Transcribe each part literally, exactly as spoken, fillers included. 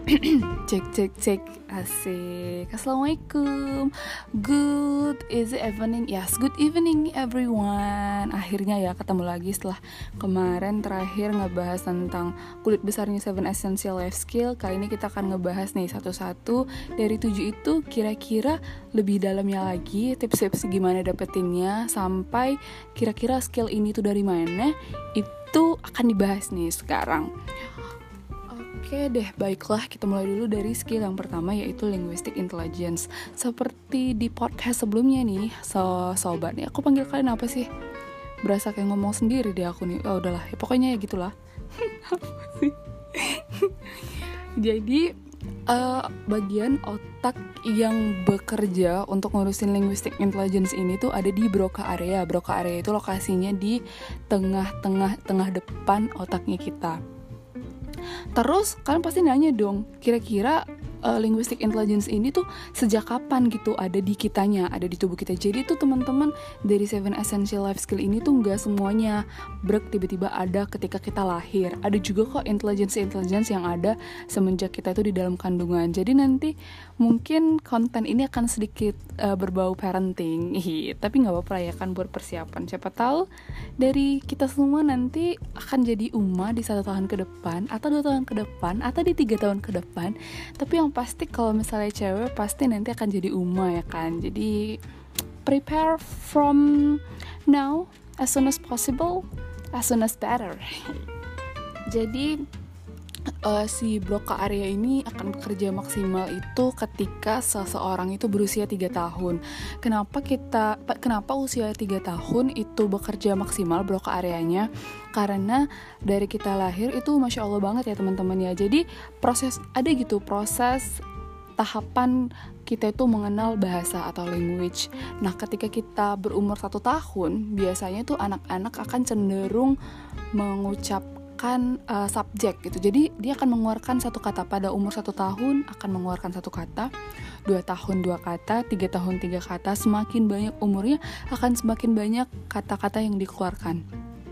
Cek cek cek. Asik. Assalamualaikum. Good is it evening? Yes, good evening everyone. Akhirnya ya ketemu lagi setelah kemarin terakhir ngebahas tentang kulit besarnya seven Essential Life Skill. Kali ini kita akan ngebahas nih satu-satu dari tujuh itu, kira-kira lebih dalamnya lagi, tips-tips gimana dapetinnya, sampai kira-kira skill ini tuh dari mana. Itu akan dibahas nih sekarang. Oke deh, baiklah, kita mulai dulu dari skill yang pertama, yaitu linguistic intelligence. Seperti di podcast sebelumnya nih, so, sobat nih, aku panggil kalian apa sih? Berasa kayak ngomong sendiri deh aku nih. Oh udahlah, ya, pokoknya ya gitulah. Apa sih? Jadi uh, bagian otak yang bekerja untuk ngurusin linguistic intelligence ini tuh ada di Broca area. Broca area itu lokasinya di tengah-tengah tengah depan otaknya kita. Terus kalian pasti nanya dong, kira-kira uh, linguistic intelligence ini tuh sejak kapan gitu ada di kitanya, ada di tubuh kita. Jadi tuh teman-teman, dari seven Essential Life Skill ini tuh nggak semuanya brek tiba-tiba ada ketika kita lahir. Ada juga kok intelligence-intelligence yang ada semenjak kita itu di dalam kandungan. Jadi nanti mungkin konten ini akan sedikit uh, berbau parenting, Ih, tapi nggak apa-apa ya kan, buat persiapan. Siapa tahu dari kita semua nanti akan jadi Uma di satu tahun ke depan, atau dua tahun ke depan, atau di tiga tahun ke depan. Tapi yang pasti kalau misalnya cewek pasti nanti akan jadi Uma ya kan. Jadi prepare from now, as soon as possible, as soon as better. Jadi uh, si Broca area ini akan bekerja maksimal itu ketika seseorang itu berusia tiga tahun. Kenapa kita kenapa usia tiga tahun itu bekerja maksimal Broca areanya? Karena dari kita lahir itu Masya Allah banget ya teman-teman ya. Jadi proses ada gitu proses tahapan kita itu mengenal bahasa atau language. Nah ketika kita berumur satu tahun, biasanya tuh anak-anak akan cenderung mengucapkan uh, subjek gitu. Jadi dia akan mengeluarkan satu kata. Pada umur satu tahun akan mengeluarkan satu kata, dua tahun dua kata, tiga tahun tiga kata. Semakin banyak umurnya akan semakin banyak kata-kata yang dikeluarkan.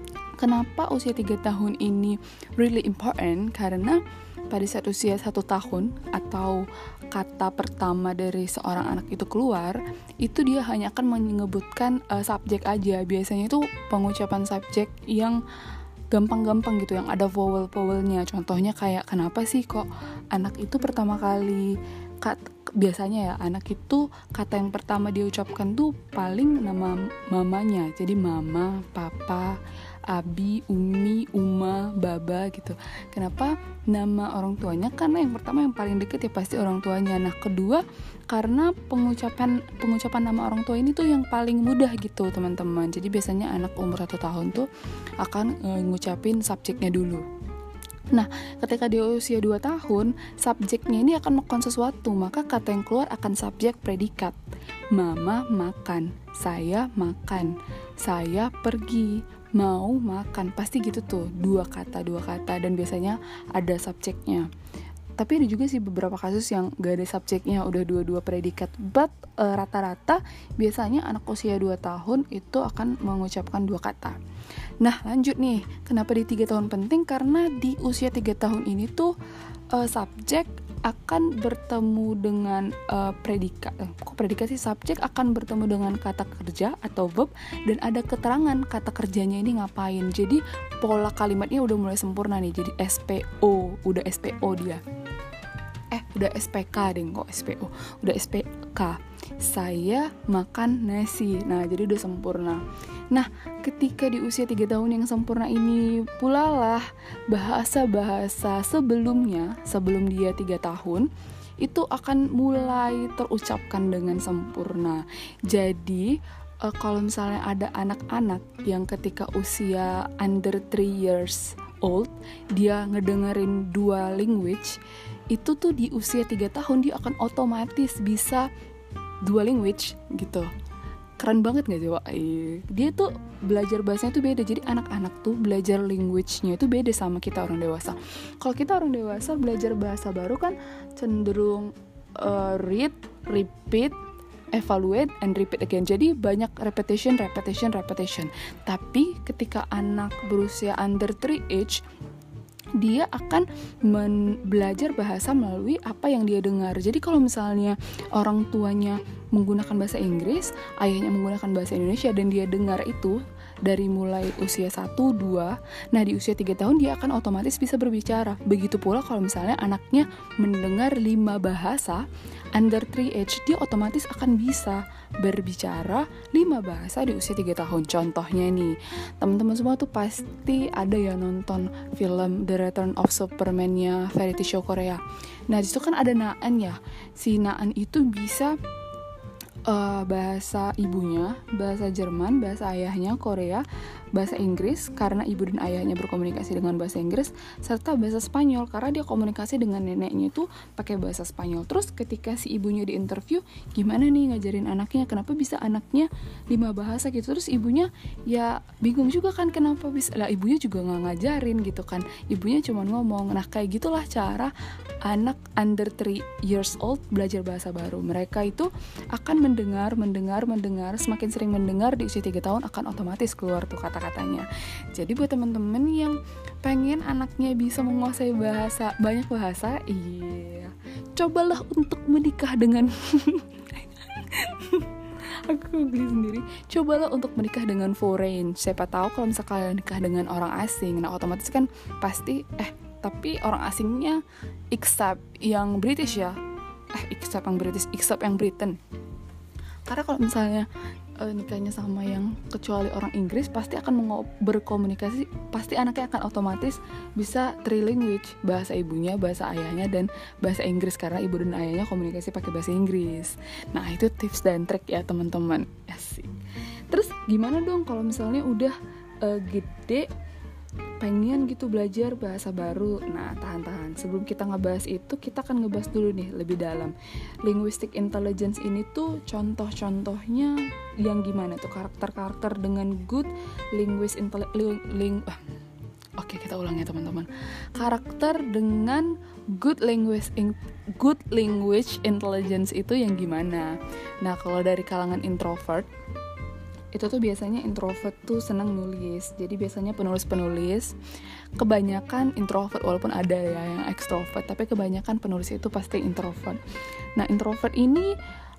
Kenapa usia tiga tahun ini really important? Karena pada saat usia satu tahun atau kata pertama dari seorang anak itu keluar, itu dia hanya akan menyebutkan uh, subjek aja. Biasanya itu pengucapan subjek yang gampang-gampang gitu, yang ada vowel-vowelnya. Contohnya kayak, kenapa sih kok anak itu pertama kali kat, biasanya ya anak itu kata yang pertama dia ucapkan tuh paling nama mamanya. Jadi mama, papa, abi, umi, uma, baba gitu. Kenapa nama orang tuanya? Karena yang pertama yang paling deket ya pasti orang tuanya. Nah kedua, karena pengucapan pengucapan nama orang tua ini tuh yang paling mudah gitu teman-teman. Jadi biasanya anak umur satu tahun tuh akan e, ngucapin subjeknya dulu. Nah, ketika dia usia dua tahun, subjeknya ini akan melakukan sesuatu, maka kata yang keluar akan subjek predikat. Mama makan, saya makan, saya pergi, mau makan. Pasti gitu tuh, dua kata, dua kata, dan biasanya ada subjeknya. Tapi ada juga sih beberapa kasus yang gak ada subjeknya, udah dua-dua predikat. But uh, rata-rata biasanya anak usia dua tahun itu akan mengucapkan dua kata. Nah lanjut nih, kenapa di tiga tahun penting? Karena di usia tiga tahun ini tuh uh, subjek akan bertemu dengan uh, predikat. Eh, kok predikat sih? Subjek akan bertemu dengan kata kerja atau verb, dan ada keterangan kata kerjanya ini ngapain. Jadi pola kalimatnya udah mulai sempurna nih. Jadi S P O, udah S P O dia. Eh, udah S P K deh, kok S P O. Udah S P K. Saya makan nasi. Nah, jadi udah sempurna. Nah, ketika di usia tiga tahun yang sempurna ini pula lah bahasa-bahasa sebelumnya, sebelum dia tiga tahun, itu akan mulai terucapkan dengan sempurna. Jadi, uh, kalau misalnya ada anak-anak yang ketika usia under three years old, dia ngedengerin dua language, itu tuh di usia tiga tahun dia akan otomatis bisa dua language gitu. Keren banget gak sih, Wak? Dia tuh belajar bahasanya tuh beda. Jadi anak-anak tuh belajar language-nya itu beda sama kita orang dewasa. Kalau kita orang dewasa belajar bahasa baru kan cenderung uh, read, repeat, evaluate, and repeat again. Jadi banyak repetition, repetition, repetition. Tapi ketika anak berusia under three age, dia akan men- belajar bahasa melalui apa yang dia dengar. Jadi kalau misalnya orang tuanya menggunakan bahasa Inggris, ayahnya menggunakan bahasa Indonesia, dan dia dengar itu dari mulai usia satu, dua, nah di usia tiga tahun dia akan otomatis bisa berbicara. Begitu pula kalau misalnya anaknya mendengar lima bahasa, under three age, dia otomatis akan bisa berbicara lima bahasa di usia tiga tahun. Contohnya nih, teman-teman semua tuh pasti ada ya nonton film The Return of Superman-nya variety show Korea. Nah disitu kan ada Naan ya, si Naan itu bisa Uh, bahasa ibunya, bahasa Jerman, bahasa ayahnya Korea, bahasa Inggris karena ibu dan ayahnya berkomunikasi dengan bahasa Inggris, serta bahasa Spanyol karena dia komunikasi dengan neneknya itu pakai bahasa Spanyol. Terus ketika si ibunya diinterview, gimana nih ngajarin anaknya, kenapa bisa anaknya lima bahasa gitu, terus ibunya ya bingung juga kan kenapa bisa, lah ibunya juga nggak ngajarin gitu kan, ibunya cuma ngomong. Nah kayak gitulah cara anak under three years old belajar bahasa baru. Mereka itu akan mendengar, mendengar, mendengar, semakin sering mendengar di usia tiga tahun akan otomatis keluar tuh kata-katanya. Jadi buat teman-teman yang pengen anaknya bisa menguasai bahasa, banyak bahasa, iya, cobalah untuk menikah dengan aku beli sendiri. Cobalah untuk menikah dengan foreign. Siapa tahu kalau misalnya kalian nikah dengan orang asing, nah otomatis kan pasti eh tapi orang asingnya except yang British ya. Eh except yang British, except yang Britain. Karena kalau misalnya uh, nikahnya sama yang kecuali orang Inggris, pasti akan mengo- berkomunikasi, pasti anaknya akan otomatis bisa trilinguage, bahasa ibunya, bahasa ayahnya, dan bahasa Inggris karena ibu dan ayahnya komunikasi pakai bahasa Inggris. Nah itu tips dan trik ya teman-teman. Asik. Terus gimana dong kalau misalnya udah uh, gede, pengen gitu belajar bahasa baru? Nah tahan-tahan, sebelum kita ngebahas itu, kita akan ngebahas dulu nih lebih dalam linguistic intelligence ini tuh contoh-contohnya yang gimana tuh, karakter-karakter dengan good linguist intelli- ling, ling, ah. Oke kita ulang ya teman-teman, karakter dengan good linguist in, good language intelligence itu yang gimana. Nah kalau dari kalangan introvert itu tuh biasanya introvert tuh senang nulis. Jadi biasanya penulis-penulis kebanyakan introvert, walaupun ada ya yang extrovert, tapi kebanyakan penulis itu pasti introvert. Nah introvert ini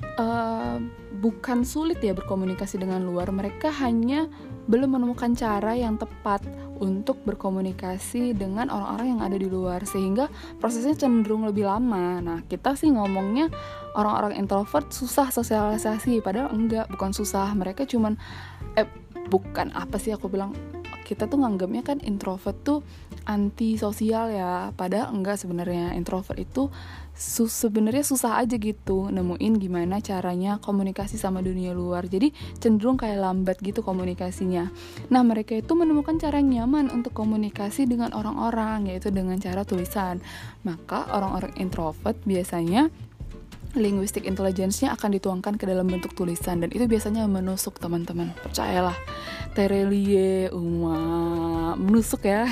uh, bukan sulit ya berkomunikasi dengan luar, mereka hanya belum menemukan cara yang tepat untuk berkomunikasi dengan orang-orang yang ada di luar, sehingga prosesnya cenderung lebih lama. Nah kita sih ngomongnya orang-orang introvert susah sosialisasi, padahal enggak, bukan susah, mereka cuman eh bukan apa sih aku bilang, kita tuh nganggapnya kan introvert tuh anti sosial ya, padahal enggak, sebenarnya introvert itu su- sebenarnya susah aja gitu nemuin gimana caranya komunikasi sama dunia luar, jadi cenderung kayak lambat gitu komunikasinya. Nah mereka itu menemukan cara yang nyaman untuk komunikasi dengan orang-orang, yaitu dengan cara tulisan. Maka orang-orang introvert biasanya linguistic intelligence-nya akan dituangkan ke dalam bentuk tulisan, dan itu biasanya menusuk teman-teman, percayalah, terelie uma menusuk ya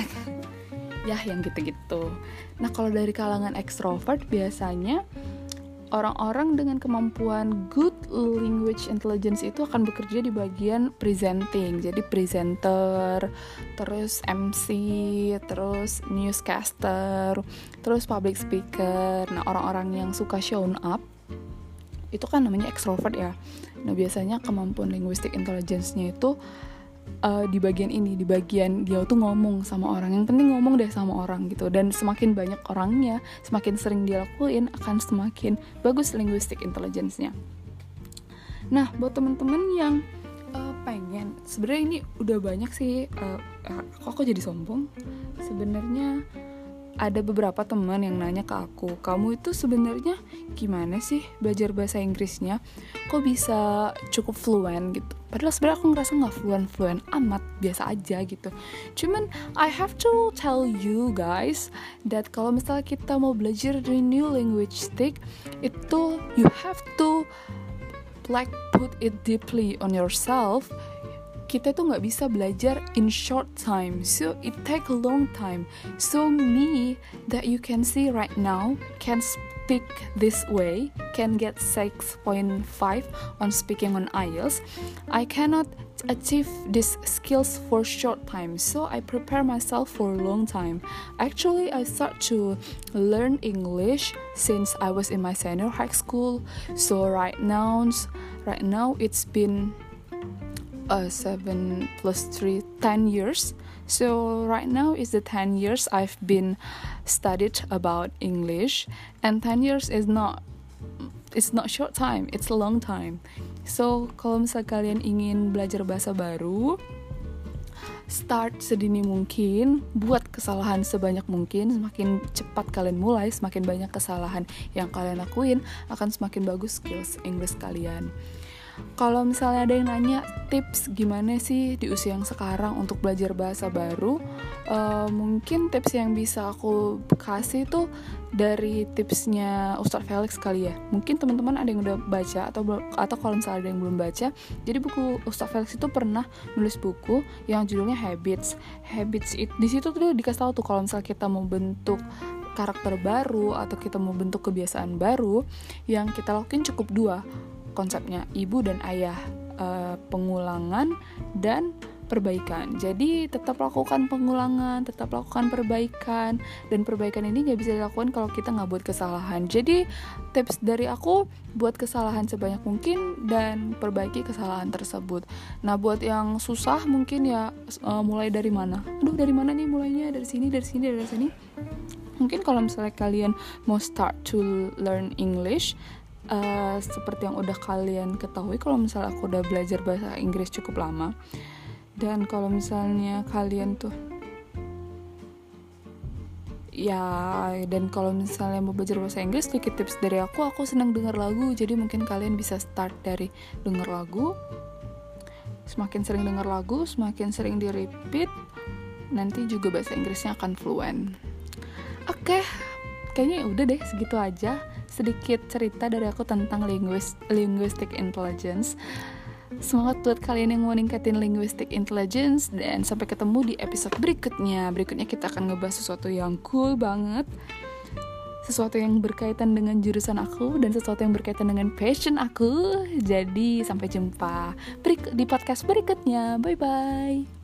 ya yang gitu-gitu. Nah kalau dari kalangan extrovert biasanya orang-orang dengan kemampuan good language intelligence itu akan bekerja di bagian presenting, jadi presenter, terus M C, terus newscaster, terus public speaker. Nah orang-orang yang suka show up itu kan namanya extrovert ya. Nah biasanya kemampuan linguistic intelligence-nya itu uh, di bagian ini, di bagian dia tuh ngomong sama orang, yang penting ngomong deh sama orang gitu. Dan semakin banyak orangnya, semakin sering dia lakuin, akan semakin bagus linguistic intelligence-nya. Nah buat teman-teman yang uh, pengen, sebenarnya ini udah banyak sih, uh, uh, kok aku jadi sombong, sebenarnya ada beberapa teman yang nanya ke aku, kamu itu sebenarnya gimana sih belajar bahasa Inggrisnya? Kok bisa cukup fluent gitu? Padahal sebenarnya aku ngerasa nggak fluent-fluent amat, biasa aja gitu. Cuman I have to tell you guys that kalau misalnya kita mau belajar the new linguistic, itu you have to like put it deeply on yourself. Kita tuh nggak bisa belajar in short time, so it take a long time. So me that you can see right now can stick this way can get six point five on speaking on I E L T S. I cannot achieve these skills for short time, so I prepare myself for a long time. Actually, I start to learn English since I was in my senior high school. So right now, right now it's been uh, seven plus three, ten years. So right now is the ten years I've been studied about English, and ten years is not it's not short time, it's a long time. So kalau misal kalian ingin belajar bahasa baru, start sedini mungkin, buat kesalahan sebanyak mungkin. Semakin cepat kalian mulai, semakin banyak kesalahan yang kalian lakuin, akan semakin bagus skills Inggris kalian. Kalau misalnya ada yang nanya tips gimana sih di usia yang sekarang untuk belajar bahasa baru, uh, mungkin tips yang bisa aku kasih tuh dari tipsnya Ustadz Felix kali ya. Mungkin teman-teman ada yang udah baca atau atau kalau misalnya ada yang belum baca. Jadi buku Ustadz Felix itu pernah nulis buku yang judulnya Habits. Habits it, di situ tuh dikasih tahu tuh kalau misalnya kita mau bentuk karakter baru atau kita mau bentuk kebiasaan baru, yang kita lakuin cukup dua konsepnya, ibu dan ayah, uh, pengulangan dan perbaikan. Jadi tetap lakukan pengulangan, tetap lakukan perbaikan, dan perbaikan ini gak bisa dilakukan kalau kita gak buat kesalahan. Jadi tips dari aku, buat kesalahan sebanyak mungkin dan perbaiki kesalahan tersebut. Nah buat yang susah mungkin ya uh, mulai dari mana? Aduh dari mana nih mulainya? Dari sini, dari sini, dari sini. Mungkin kalau misalnya kalian mau start to learn English, Uh, seperti yang udah kalian ketahui, kalau misalnya aku udah belajar bahasa Inggris cukup lama, dan kalau misalnya kalian tuh ya dan kalau misalnya mau belajar bahasa Inggris, sedikit tips dari aku aku senang dengar lagu. Jadi mungkin kalian bisa start dari dengar lagu. Semakin sering dengar lagu, semakin sering di repeat, nanti juga bahasa Inggrisnya akan fluent. Oke, kayaknya udah deh segitu aja sedikit cerita dari aku tentang linguis, linguistic intelligence. Semangat buat kalian yang mau ningkatin linguistic intelligence, dan sampai ketemu di episode berikutnya. Berikutnya kita akan ngebahas sesuatu yang cool banget, sesuatu yang berkaitan dengan jurusan aku dan sesuatu yang berkaitan dengan passion aku. Jadi sampai jumpa di podcast berikutnya. Bye bye.